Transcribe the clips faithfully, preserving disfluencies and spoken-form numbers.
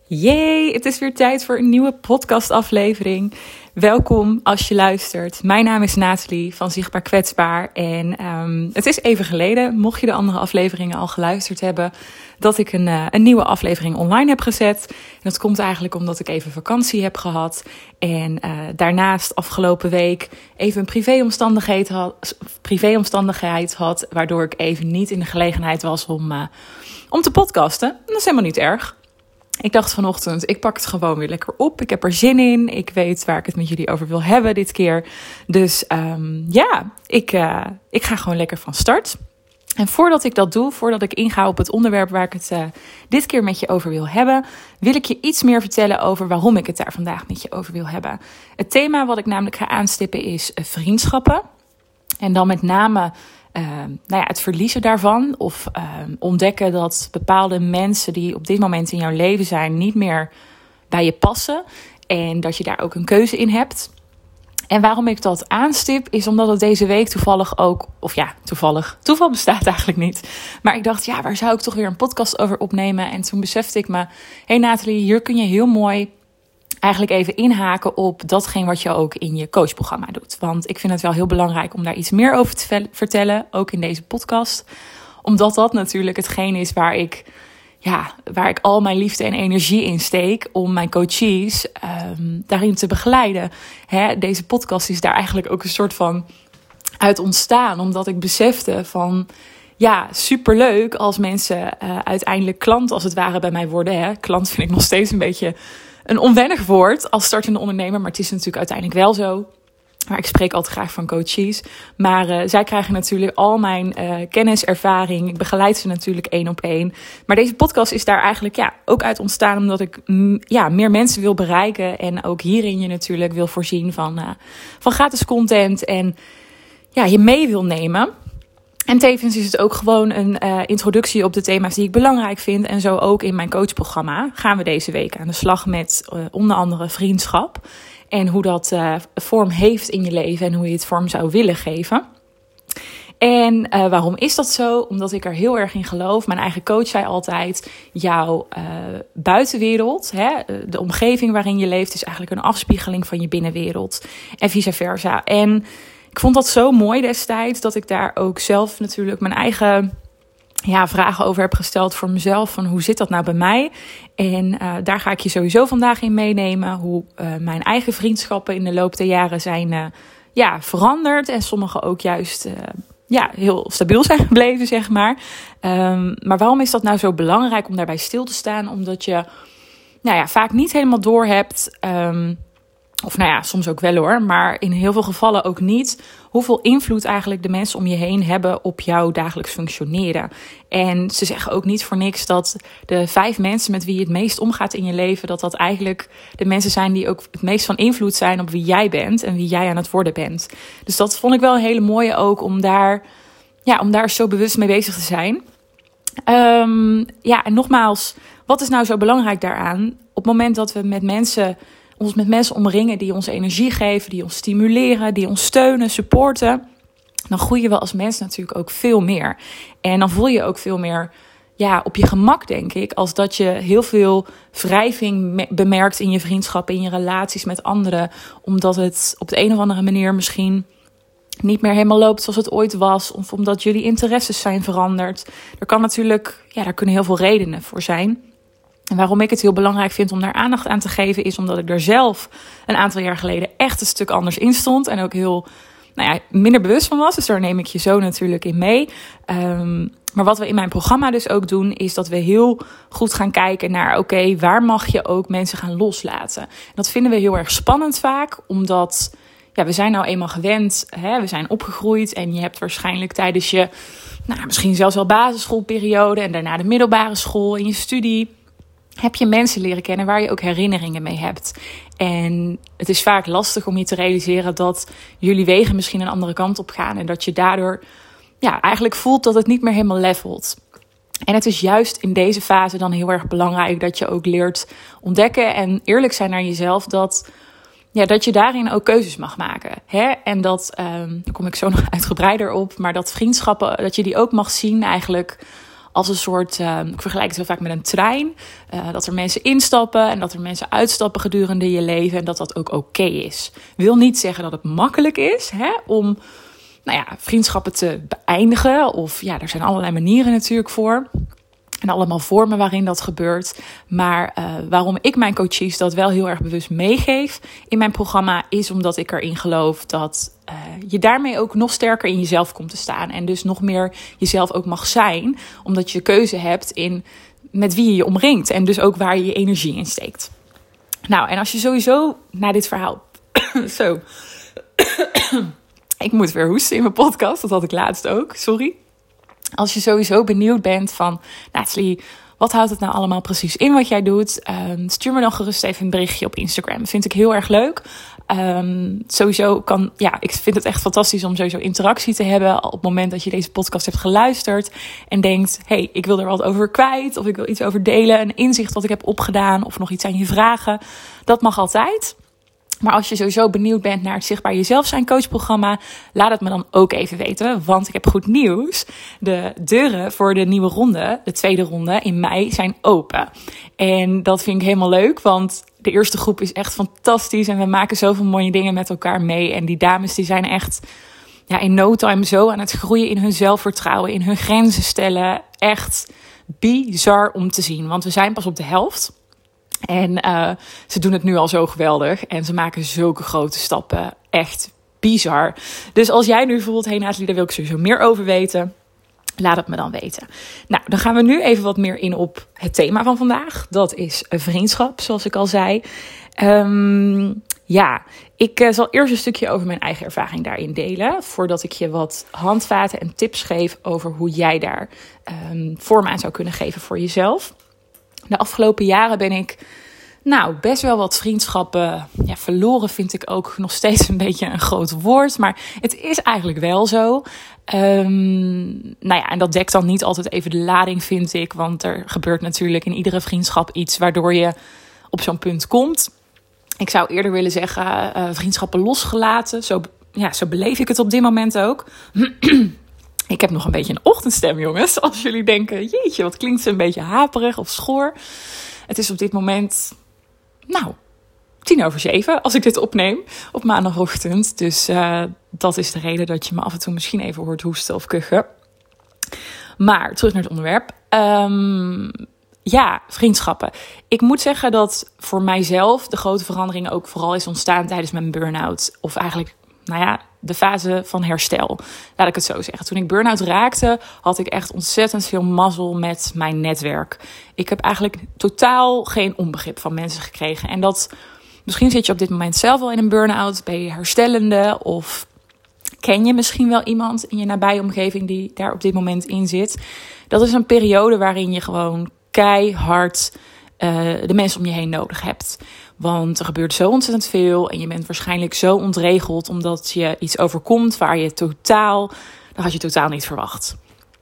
Yay, het is weer tijd voor een nieuwe podcastaflevering. Welkom als je luistert. Mijn naam is Nathalie van Zichtbaar Kwetsbaar. En um, het is even geleden, mocht je de andere afleveringen al geluisterd hebben, dat ik een, uh, een nieuwe aflevering online heb gezet. En dat komt eigenlijk omdat ik even vakantie heb gehad. En uh, daarnaast afgelopen week even een privéomstandigheid had, privéomstandigheid had, waardoor ik even niet in de gelegenheid was om, uh, om te podcasten. En dat is helemaal niet erg. Ik dacht vanochtend, ik pak het gewoon weer lekker op. Ik heb er zin in. Ik weet waar ik het met jullie over wil hebben dit keer. Dus um, ja, ik, uh, ik ga gewoon lekker van start. En voordat ik dat doe, voordat ik inga op het onderwerp waar ik het uh, dit keer met je over wil hebben, wil ik je iets meer vertellen over waarom ik het daar vandaag met je over wil hebben. Het thema wat ik namelijk ga aanstippen is uh, vriendschappen. En dan met name Uh, nou ja, het verliezen daarvan of uh, ontdekken dat bepaalde mensen die op dit moment in jouw leven zijn niet meer bij je passen en dat je daar ook een keuze in hebt. En waarom ik dat aanstip is omdat het deze week toevallig ook, of ja, toevallig, toeval bestaat eigenlijk niet. Maar ik dacht, ja, waar zou ik toch weer een podcast over opnemen? En toen besefte ik me, hé hey Nathalie, hier kun je heel mooi eigenlijk even inhaken op datgene wat je ook in je coachprogramma doet. Want ik vind het wel heel belangrijk om daar iets meer over te vertellen, ook in deze podcast. Omdat dat natuurlijk hetgeen is waar ik, ja, waar ik al mijn liefde en energie in steek om mijn coaches um, daarin te begeleiden. Hè, deze podcast is daar eigenlijk ook een soort van uit ontstaan, omdat ik besefte van, ja, superleuk als mensen uh, uiteindelijk klant als het ware bij mij worden. Hè. Klant vind ik nog steeds een beetje een onwennig woord als startende ondernemer, maar het is natuurlijk uiteindelijk wel zo. Maar ik spreek altijd graag van coaches. Maar uh, zij krijgen natuurlijk al mijn uh, kennis, ervaring. Ik begeleid ze natuurlijk één op één. Maar deze podcast is daar eigenlijk ja, ook uit ontstaan omdat ik m, ja, meer mensen wil bereiken. En ook hierin je natuurlijk wil voorzien van, uh, van gratis content en ja, je mee wil nemen. En tevens is het ook gewoon een uh, introductie op de thema's die ik belangrijk vind. En zo ook in mijn coachprogramma gaan we deze week aan de slag met uh, onder andere vriendschap. En hoe dat uh, vorm heeft in je leven en hoe je het vorm zou willen geven. En uh, waarom is dat zo? Omdat ik er heel erg in geloof. Mijn eigen coach zei altijd, jouw uh, buitenwereld, hè, de omgeving waarin je leeft, is eigenlijk een afspiegeling van je binnenwereld. En vice versa. En ik vond dat zo mooi destijds dat ik daar ook zelf natuurlijk mijn eigen ja, vragen over heb gesteld voor mezelf. Van hoe zit dat nou bij mij? En uh, daar ga ik je sowieso vandaag in meenemen. Hoe uh, mijn eigen vriendschappen in de loop der jaren zijn uh, ja, veranderd. En sommige ook juist uh, ja, heel stabiel zijn gebleven, zeg maar. Um, maar waarom is dat nou zo belangrijk om daarbij stil te staan? Omdat je nou ja, vaak niet helemaal doorhebt. Um, Of nou ja, soms ook wel hoor, maar in heel veel gevallen ook niet hoeveel invloed eigenlijk de mensen om je heen hebben op jouw dagelijks functioneren. En ze zeggen ook niet voor niks dat de vijf mensen met wie je het meest omgaat in je leven, dat dat eigenlijk de mensen zijn die ook het meest van invloed zijn op wie jij bent en wie jij aan het worden bent. Dus dat vond ik wel een hele mooie ook om daar, ja, om daar zo bewust mee bezig te zijn. Um, ja, en nogmaals, wat is nou zo belangrijk daaraan? Op het moment dat we met mensen ons met mensen omringen die ons energie geven, die ons stimuleren, die ons steunen, supporten, dan groeien we als mens natuurlijk ook veel meer. En dan voel je ook veel meer ja, op je gemak, denk ik, als dat je heel veel wrijving bemerkt in je vriendschappen, in je relaties met anderen, omdat het op de een of andere manier misschien niet meer helemaal loopt zoals het ooit was, of omdat jullie interesses zijn veranderd. Er kan natuurlijk, ja, daar kunnen heel veel redenen voor zijn. En waarom ik het heel belangrijk vind om daar aandacht aan te geven, is omdat ik er zelf een aantal jaar geleden echt een stuk anders in stond. En ook heel nou ja, minder bewust van was. Dus daar neem ik je zo natuurlijk in mee. Um, maar wat we in mijn programma dus ook doen, is dat we heel goed gaan kijken naar, oké, okay, waar mag je ook mensen gaan loslaten? En dat vinden we heel erg spannend vaak, omdat ja, we zijn nou eenmaal gewend, hè, we zijn opgegroeid en je hebt waarschijnlijk tijdens je, nou, misschien zelfs wel basisschoolperiode en daarna de middelbare school en je studie, heb je mensen leren kennen waar je ook herinneringen mee hebt. En het is vaak lastig om je te realiseren dat jullie wegen misschien een andere kant op gaan. En dat je daardoor ja, eigenlijk voelt dat het niet meer helemaal levelt. En het is juist in deze fase dan heel erg belangrijk dat je ook leert ontdekken en eerlijk zijn naar jezelf. Dat, ja, dat je daarin ook keuzes mag maken. Hè? En dat, um, daar kom ik zo nog uitgebreider op. Maar dat vriendschappen, dat je die ook mag zien eigenlijk als een soort, uh, ik vergelijk het heel vaak met een trein. Uh, dat er mensen instappen en dat er mensen uitstappen gedurende je leven. En dat dat ook oké is. Wil niet zeggen dat het makkelijk is, hè, om nou ja, vriendschappen te beëindigen. Of ja, er zijn allerlei manieren natuurlijk voor. En allemaal vormen waarin dat gebeurt. Maar uh, waarom ik mijn coaches dat wel heel erg bewust meegeef in mijn programma, is omdat ik erin geloof dat uh, je daarmee ook nog sterker in jezelf komt te staan. En dus nog meer jezelf ook mag zijn. Omdat je keuze hebt in met wie je je omringt. En dus ook waar je je energie in steekt. Nou, en als je sowieso naar dit verhaal... Zo. Ik moet weer hoesten in mijn podcast. Dat had ik laatst ook. Sorry. Als je sowieso benieuwd bent van, Nathalie, wat houdt het nou allemaal precies in wat jij doet? Um, stuur me dan gerust even een berichtje op Instagram. Dat vind ik heel erg leuk. Um, sowieso kan, ja, ik vind het echt fantastisch om sowieso interactie te hebben op het moment dat je deze podcast hebt geluisterd en denkt, hey, ik wil er wat over kwijt of ik wil iets over delen, een inzicht wat ik heb opgedaan of nog iets aan je vragen. Dat mag altijd. Maar als je sowieso benieuwd bent naar het Zichtbaar Jezelf Zijn coachprogramma, laat het me dan ook even weten. Want ik heb goed nieuws. De deuren voor de nieuwe ronde, de tweede ronde in mei, zijn open. En dat vind ik helemaal leuk, want de eerste groep is echt fantastisch. En we maken zoveel mooie dingen met elkaar mee. En die dames die zijn echt ja, in no time zo aan het groeien in hun zelfvertrouwen, in hun grenzen stellen. Echt bizar om te zien, want we zijn pas op de helft. En uh, ze doen het nu al zo geweldig. En ze maken zulke grote stappen. Echt bizar. Dus als jij nu voelt, hey Nathalie, daar wil ik sowieso meer over weten, laat het me dan weten. Nou, dan gaan we nu even wat meer in op het thema van vandaag. Dat is een vriendschap, zoals ik al zei. Um, ja, ik uh, zal eerst een stukje over mijn eigen ervaring daarin delen, voordat ik je wat handvaten en tips geef over hoe jij daar um, vorm aan zou kunnen geven voor jezelf. De afgelopen jaren ben ik nou best wel wat vriendschappen ja, verloren, vind ik ook nog steeds een beetje een groot woord. Maar het is eigenlijk wel zo. Um, nou ja, en dat dekt dan niet altijd even de lading, vind ik. Want er gebeurt natuurlijk in iedere vriendschap iets waardoor je op zo'n punt komt. Ik zou eerder willen zeggen uh, vriendschappen losgelaten. Zo, ja, zo beleef ik het op dit moment ook. Ik heb nog een beetje een ochtendstem, jongens. Als jullie denken, jeetje, wat klinkt ze een beetje haperig of schor. Het is op dit moment, nou, tien over zeven als ik dit opneem op maandagochtend. Dus uh, dat is de reden dat je me af en toe misschien even hoort hoesten of kuchen. Maar terug naar het onderwerp. Um, ja, vriendschappen. Ik moet zeggen dat voor mijzelf de grote verandering ook vooral is ontstaan tijdens mijn burn-out. Of eigenlijk, nou ja, de fase van herstel. Laat ik het zo zeggen. Toen ik burn-out raakte, had ik echt ontzettend veel mazzel met mijn netwerk. Ik heb eigenlijk totaal geen onbegrip van mensen gekregen. En dat, misschien zit je op dit moment zelf wel in een burn-out. Ben je herstellende of ken je misschien wel iemand in je nabije omgeving die daar op dit moment in zit. Dat is een periode waarin je gewoon keihard uh, de mensen om je heen nodig hebt. Want er gebeurt zo ontzettend veel en je bent waarschijnlijk zo ontregeld omdat je iets overkomt waar je totaal, dat had je totaal niet verwacht.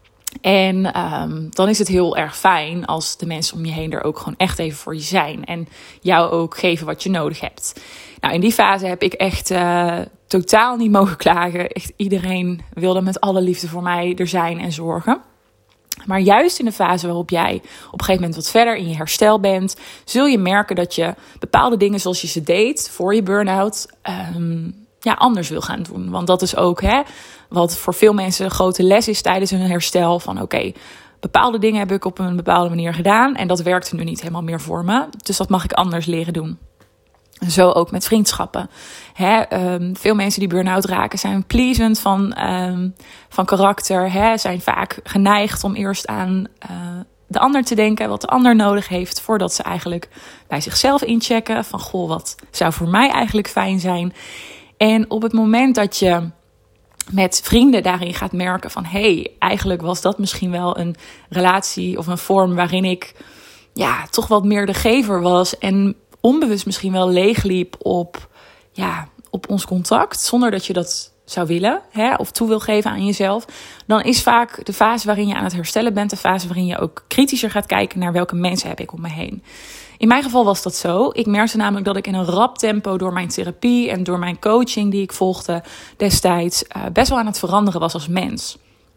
En um, dan is het heel erg fijn als de mensen om je heen er ook gewoon echt even voor je zijn en jou ook geven wat je nodig hebt. Nou, in die fase heb ik echt uh, totaal niet mogen klagen. Echt iedereen wilde met alle liefde voor mij er zijn en zorgen. Maar juist in de fase waarop jij op een gegeven moment wat verder in je herstel bent, zul je merken dat je bepaalde dingen zoals je ze deed voor je burn-out um, ja, anders wil gaan doen. Want dat is ook hè, wat voor veel mensen een grote les is tijdens hun herstel. Van oké, okay, bepaalde dingen heb ik op een bepaalde manier gedaan en dat werkte nu niet helemaal meer voor me. Dus dat mag ik anders leren doen. Zo ook met vriendschappen. Hè, um, veel mensen die burn-out raken zijn pleasend van, um, van karakter. Hè, zijn vaak geneigd om eerst aan uh, de ander te denken. Wat de ander nodig heeft. Voordat ze eigenlijk bij zichzelf inchecken. Van goh, wat zou voor mij eigenlijk fijn zijn. En op het moment dat je met vrienden daarin gaat merken van hé, hey, eigenlijk was dat misschien wel een relatie of een vorm waarin ik ja, toch wat meer de gever was. En onbewust misschien wel leegliep op, ja, op ons contact, zonder dat je dat zou willen, hè, of toe wil geven aan jezelf, dan is vaak de fase waarin je aan het herstellen bent, de fase waarin je ook kritischer gaat kijken naar welke mensen heb ik om me heen. In mijn geval was dat zo. Ik merkte namelijk dat ik in een rap tempo door mijn therapie en door mijn coaching die ik volgde destijds uh, best wel aan het veranderen was als mens.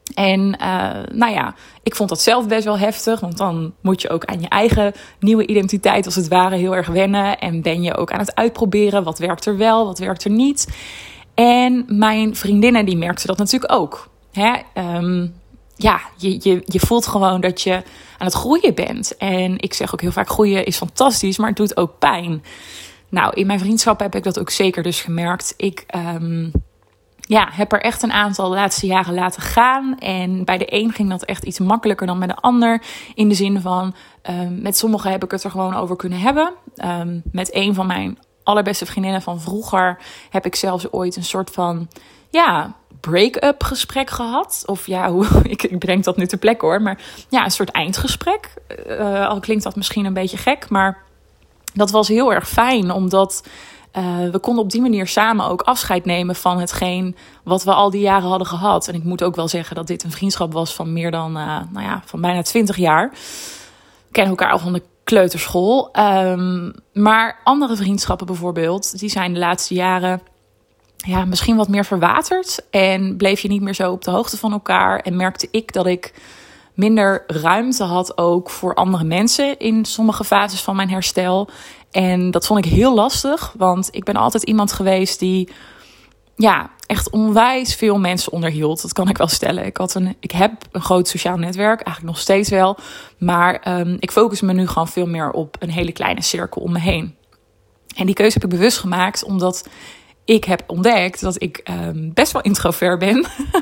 En uh, nou ja, ik vond dat zelf best wel heftig. Want dan moet je ook aan je eigen nieuwe identiteit als het ware heel erg wennen. En ben je ook aan het uitproberen. Wat werkt er wel, wat werkt er niet. En mijn vriendinnen die merkten dat natuurlijk ook. Hè? Um, ja, je, je, je voelt gewoon dat je aan het groeien bent. En ik zeg ook heel vaak, groeien is fantastisch, maar het doet ook pijn. Nou, in mijn vriendschap heb ik dat ook zeker dus gemerkt. Ik um, ja, heb er echt een aantal de laatste jaren laten gaan. En bij de een ging dat echt iets makkelijker dan bij de ander. In de zin van, um, met sommigen heb ik het er gewoon over kunnen hebben. Um, met een van mijn allerbeste vriendinnen van vroeger heb ik zelfs ooit een soort van, ja, break-up gesprek gehad. Of ja, hoe, ik, ik bedenk dat nu ter plekke hoor. Maar ja, een soort eindgesprek. Uh, al klinkt dat misschien een beetje gek, maar dat was heel erg fijn. Omdat uh, we konden op die manier samen ook afscheid nemen van hetgeen wat we al die jaren hadden gehad. En ik moet ook wel zeggen dat dit een vriendschap was van meer dan, uh, nou ja, van bijna twintig jaar. We kennen elkaar al van de kleuterschool. Um, maar andere vriendschappen bijvoorbeeld, die zijn de laatste jaren ja, misschien wat meer verwaterd. En bleef je niet meer zo op de hoogte van elkaar. En merkte ik dat ik minder ruimte had ook voor andere mensen in sommige fases van mijn herstel. En dat vond ik heel lastig, want ik ben altijd iemand geweest die ja, echt onwijs veel mensen onderhield. Dat kan ik wel stellen. Ik, had een, ik heb een groot sociaal netwerk, eigenlijk nog steeds wel. Maar um, ik focus me nu gewoon veel meer op een hele kleine cirkel om me heen. En die keuze heb ik bewust gemaakt, omdat ik heb ontdekt dat ik um, best wel introvert ben.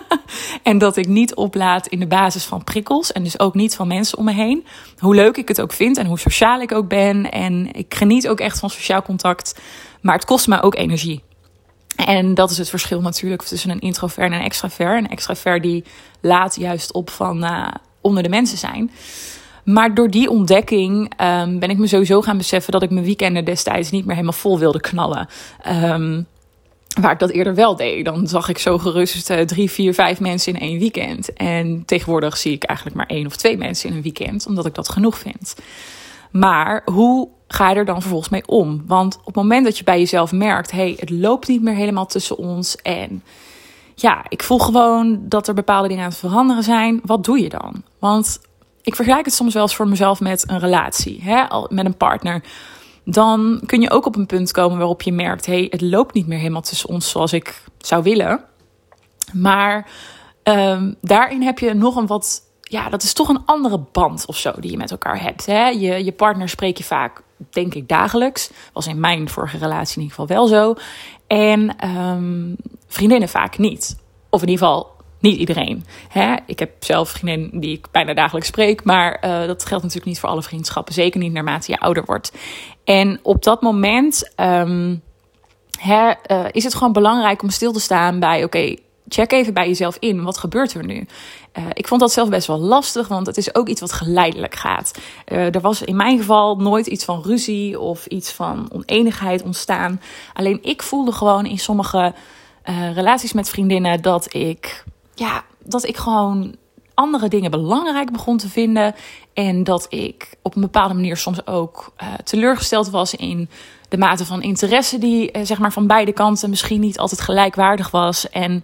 En dat ik niet oplaad in de basis van prikkels. En dus ook niet van mensen om me heen. Hoe leuk ik het ook vind en hoe sociaal ik ook ben. En ik geniet ook echt van sociaal contact. Maar het kost me ook energie. En dat is het verschil natuurlijk tussen een introvert en een extravert. Een extravert die laat juist op van uh, onder de mensen zijn. Maar door die ontdekking um, ben ik me sowieso gaan beseffen dat ik mijn weekenden destijds niet meer helemaal vol wilde knallen. Um, Waar ik dat eerder wel deed. Dan zag ik zo gerust uh, drie, vier, vijf mensen in één weekend. En tegenwoordig zie ik eigenlijk maar één of twee mensen in een weekend. Omdat ik dat genoeg vind. Maar hoe ga je er dan vervolgens mee om? Want op het moment dat je bij jezelf merkt, hé, hey, het loopt niet meer helemaal tussen ons. En ja, ik voel gewoon dat er bepaalde dingen aan het veranderen zijn. Wat doe je dan? Want ik vergelijk het soms wel eens voor mezelf met een relatie. Hè? Met een partner. Dan kun je ook op een punt komen waarop je merkt, hé, hey, het loopt niet meer helemaal tussen ons zoals ik zou willen. Maar um, daarin heb je nog een wat, ja, dat is toch een andere band of zo die je met elkaar hebt. Hè? Je, je partner spreek je vaak, denk ik, dagelijks. Was in mijn vorige relatie in ieder geval wel zo. En um, vriendinnen vaak niet. Of in ieder geval niet iedereen. Hè? Ik heb zelf vriendinnen die ik bijna dagelijks spreek. Maar uh, dat geldt natuurlijk niet voor alle vriendschappen. Zeker niet naarmate je ouder wordt. En op dat moment um, hè, uh, is het gewoon belangrijk om stil te staan bij, oké, okay, check even bij jezelf in. Wat gebeurt er nu? Uh, ik vond dat zelf best wel lastig, want het is ook iets wat geleidelijk gaat. Uh, er was in mijn geval nooit iets van ruzie of iets van oneenigheid ontstaan. Alleen ik voelde gewoon in sommige uh, relaties met vriendinnen dat ik, ja, dat ik gewoon andere dingen belangrijk begon te vinden. En dat ik op een bepaalde manier soms ook uh, teleurgesteld was in de mate van interesse die uh, zeg maar van beide kanten misschien niet altijd gelijkwaardig was. En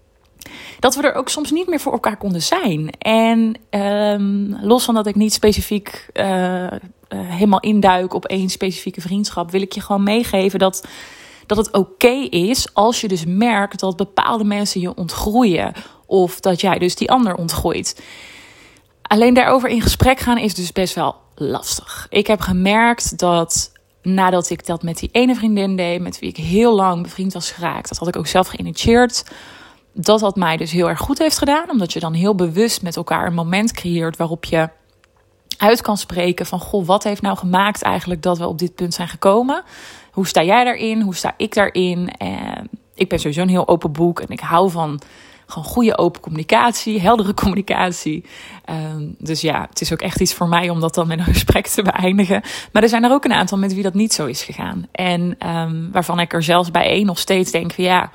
dat we er ook soms niet meer voor elkaar konden zijn. En um, los van dat ik niet specifiek uh, uh, helemaal induik op één specifieke vriendschap, wil ik je gewoon meegeven dat, dat het oké is als je dus merkt dat bepaalde mensen je ontgroeien. Of dat jij dus die ander ontgroeit. Alleen daarover in gesprek gaan is dus best wel lastig. Ik heb gemerkt dat nadat ik dat met die ene vriendin deed, met wie ik heel lang bevriend was geraakt, dat had ik ook zelf geïnitieerd, dat dat mij dus heel erg goed heeft gedaan. Omdat je dan heel bewust met elkaar een moment creëert waarop je uit kan spreken van, goh, wat heeft nou gemaakt eigenlijk dat we op dit punt zijn gekomen? Hoe sta jij daarin? Hoe sta ik daarin? En ik ben sowieso een heel open boek en ik hou van gewoon goede open communicatie, heldere communicatie. Um, dus ja, het is ook echt iets voor mij om dat dan met een gesprek te beëindigen. Maar er zijn er ook een aantal met wie dat niet zo is gegaan. En um, waarvan ik er zelfs bij één nog steeds denk van ja,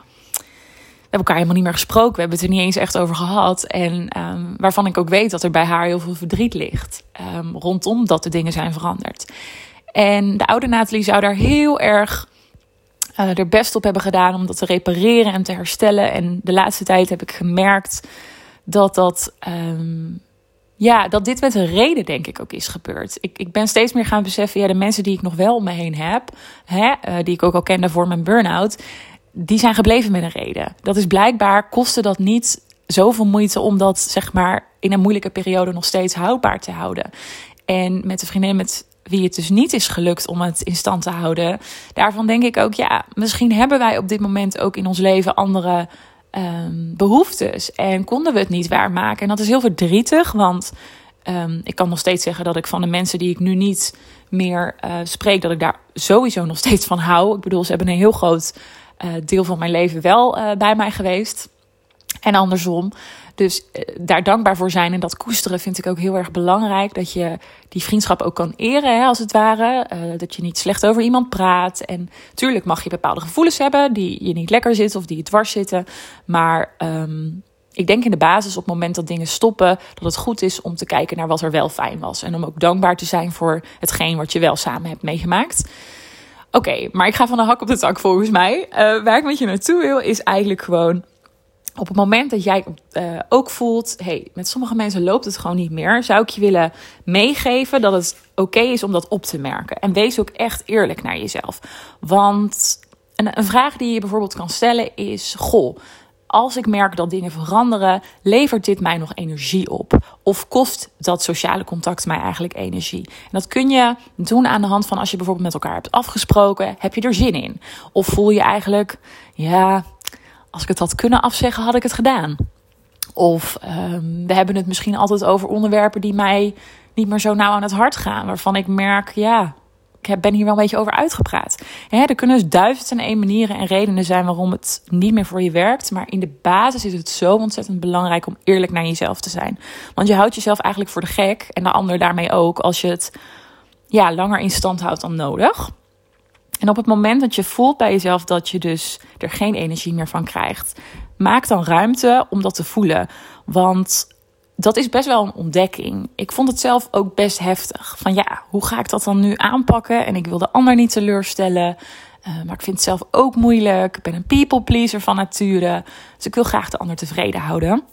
we hebben elkaar helemaal niet meer gesproken. We hebben het er niet eens echt over gehad. En um, waarvan ik ook weet dat er bij haar heel veel verdriet ligt. Um, rondom dat de dingen zijn veranderd. En de oude Nathalie zou daar heel erg uh, er best op hebben gedaan om dat te repareren en te herstellen. En de laatste tijd heb ik gemerkt dat dat... Um, Ja, dat dit met een reden denk ik ook is gebeurd. Ik, ik ben steeds meer gaan beseffen, ja, de mensen die ik nog wel om me heen heb, hè, uh, die ik ook al kende voor mijn burn-out, die zijn gebleven met een reden. Dat is blijkbaar, kostte dat niet zoveel moeite om dat, zeg maar, in een moeilijke periode nog steeds houdbaar te houden. En met de vriendin met wie het dus niet is gelukt om het in stand te houden, daarvan denk ik ook, ja, misschien hebben wij op dit moment ook in ons leven andere Um, behoeftes en konden we het niet waarmaken. En dat is heel verdrietig, want um, ik kan nog steeds zeggen dat ik van de mensen die ik nu niet meer uh, spreek, dat ik daar sowieso nog steeds van hou. Ik bedoel, ze hebben een heel groot uh, deel van mijn leven wel uh, bij mij geweest. En andersom. Dus uh, daar dankbaar voor zijn en dat koesteren vind ik ook heel erg belangrijk. Dat je die vriendschap ook kan eren, hè, als het ware. Uh, dat je niet slecht over iemand praat. En natuurlijk mag je bepaalde gevoelens hebben die je niet lekker zitten of die je dwars zitten. Maar um, ik denk in de basis op het moment dat dingen stoppen, dat het goed is om te kijken naar wat er wel fijn was. En om ook dankbaar te zijn voor hetgeen wat je wel samen hebt meegemaakt. Oké, okay, maar ik ga van de hak op de tak volgens mij. Uh, waar ik met je naartoe wil is eigenlijk gewoon, op het moment dat jij uh, ook voelt, hey, met sommige mensen loopt het gewoon niet meer, zou ik je willen meegeven dat het oké okay is om dat op te merken. En wees ook echt eerlijk naar jezelf. Want een, een vraag die je bijvoorbeeld kan stellen is, goh, als ik merk dat dingen veranderen, levert dit mij nog energie op? Of kost dat sociale contact mij eigenlijk energie? En dat kun je doen aan de hand van, als je bijvoorbeeld met elkaar hebt afgesproken, heb je er zin in? Of voel je eigenlijk, ja, als ik het had kunnen afzeggen, had ik het gedaan. Of um, we hebben het misschien altijd over onderwerpen die mij niet meer zo nauw aan het hart gaan. Waarvan ik merk, ja, ik ben hier wel een beetje over uitgepraat. Hè, er kunnen dus duizend en één manieren en redenen zijn waarom het niet meer voor je werkt. Maar in de basis is het zo ontzettend belangrijk om eerlijk naar jezelf te zijn. Want je houdt jezelf eigenlijk voor de gek. En de ander daarmee ook, als je het ja, langer in stand houdt dan nodig. En op het moment dat je voelt bij jezelf dat je dus er geen energie meer van krijgt, maak dan ruimte om dat te voelen. Want dat is best wel een ontdekking. Ik vond het zelf ook best heftig. Van ja, hoe ga ik dat dan nu aanpakken? En ik wil de ander niet teleurstellen. Uh, maar ik vind het zelf ook moeilijk. Ik ben een people pleaser van nature. Dus ik wil graag de ander tevreden houden.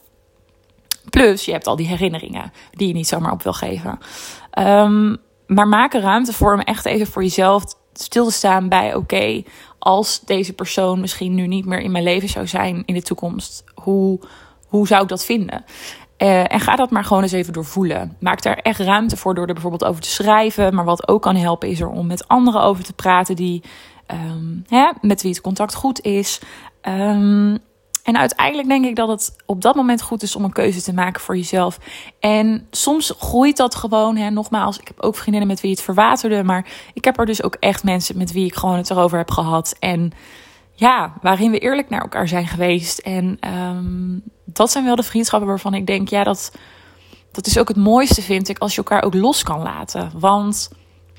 Plus, je hebt al die herinneringen die je niet zomaar op wil geven. Um, maar maak er ruimte voor om echt even voor jezelf stil te staan bij, oké, okay, als deze persoon misschien nu niet meer in mijn leven zou zijn in de toekomst, hoe, hoe zou ik dat vinden? Uh, en ga dat maar gewoon eens even doorvoelen. Maak daar echt ruimte voor door er bijvoorbeeld over te schrijven. Maar wat ook kan helpen is er om met anderen over te praten die, um, hè, met wie het contact goed is. Um, en uiteindelijk denk ik dat het op dat moment goed is om een keuze te maken voor jezelf. En soms groeit dat gewoon. Hè, nogmaals, ik heb ook vriendinnen met wie het verwaterde. Maar ik heb er dus ook echt mensen met wie ik gewoon het erover heb gehad. En ja, waarin we eerlijk naar elkaar zijn geweest. En um, dat zijn wel de vriendschappen waarvan ik denk, ja, dat, dat is ook het mooiste, vind ik, als je elkaar ook los kan laten. Want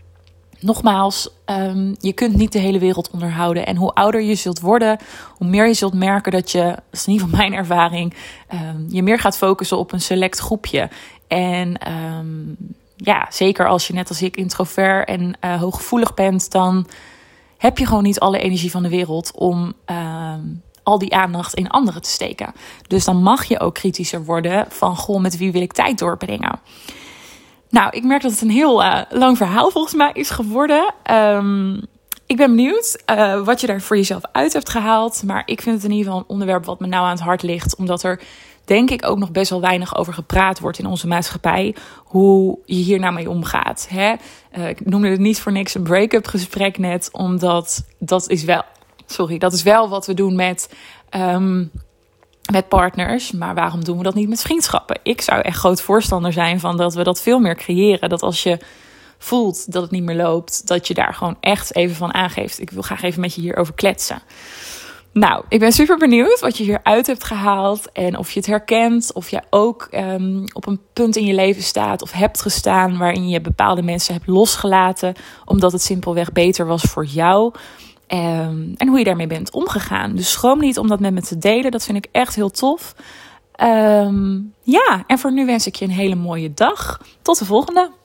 nogmaals, um, je kunt niet de hele wereld onderhouden. En hoe ouder je zult worden, hoe meer je zult merken dat je, dat is in ieder geval mijn ervaring, um, je meer gaat focussen op een select groepje. En um, ja, zeker als je net als ik introvert en uh, hooggevoelig bent, dan heb je gewoon niet alle energie van de wereld om uh, al die aandacht in anderen te steken. Dus dan mag je ook kritischer worden van, goh, met wie wil ik tijd doorbrengen? Nou, ik merk dat het een heel uh, lang verhaal volgens mij is geworden. Um, ik ben benieuwd uh, wat je daar voor jezelf uit hebt gehaald. Maar ik vind het in ieder geval een onderwerp wat me nauw aan het hart ligt. Omdat er, denk ik, ook nog best wel weinig over gepraat wordt in onze maatschappij. Hoe je hier nou mee omgaat. Hè? Uh, ik noemde het niet voor niks een break-up gesprek net. Omdat dat is wel, sorry, dat is wel wat we doen met, um, met partners. Maar waarom doen we dat niet met vriendschappen? Ik zou echt groot voorstander zijn van dat we dat veel meer creëren. Dat als je voelt dat het niet meer loopt, dat je daar gewoon echt even van aangeeft. Ik wil graag even met je hierover kletsen. Nou, ik ben super benieuwd wat je hieruit hebt gehaald. En of je het herkent. Of je ook um, op een punt in je leven staat of hebt gestaan waarin je bepaalde mensen hebt losgelaten, omdat het simpelweg beter was voor jou. Um, en hoe je daarmee bent omgegaan. Dus schroom niet om dat met me te delen. Dat vind ik echt heel tof. Um, ja, en voor nu wens ik je een hele mooie dag. Tot de volgende.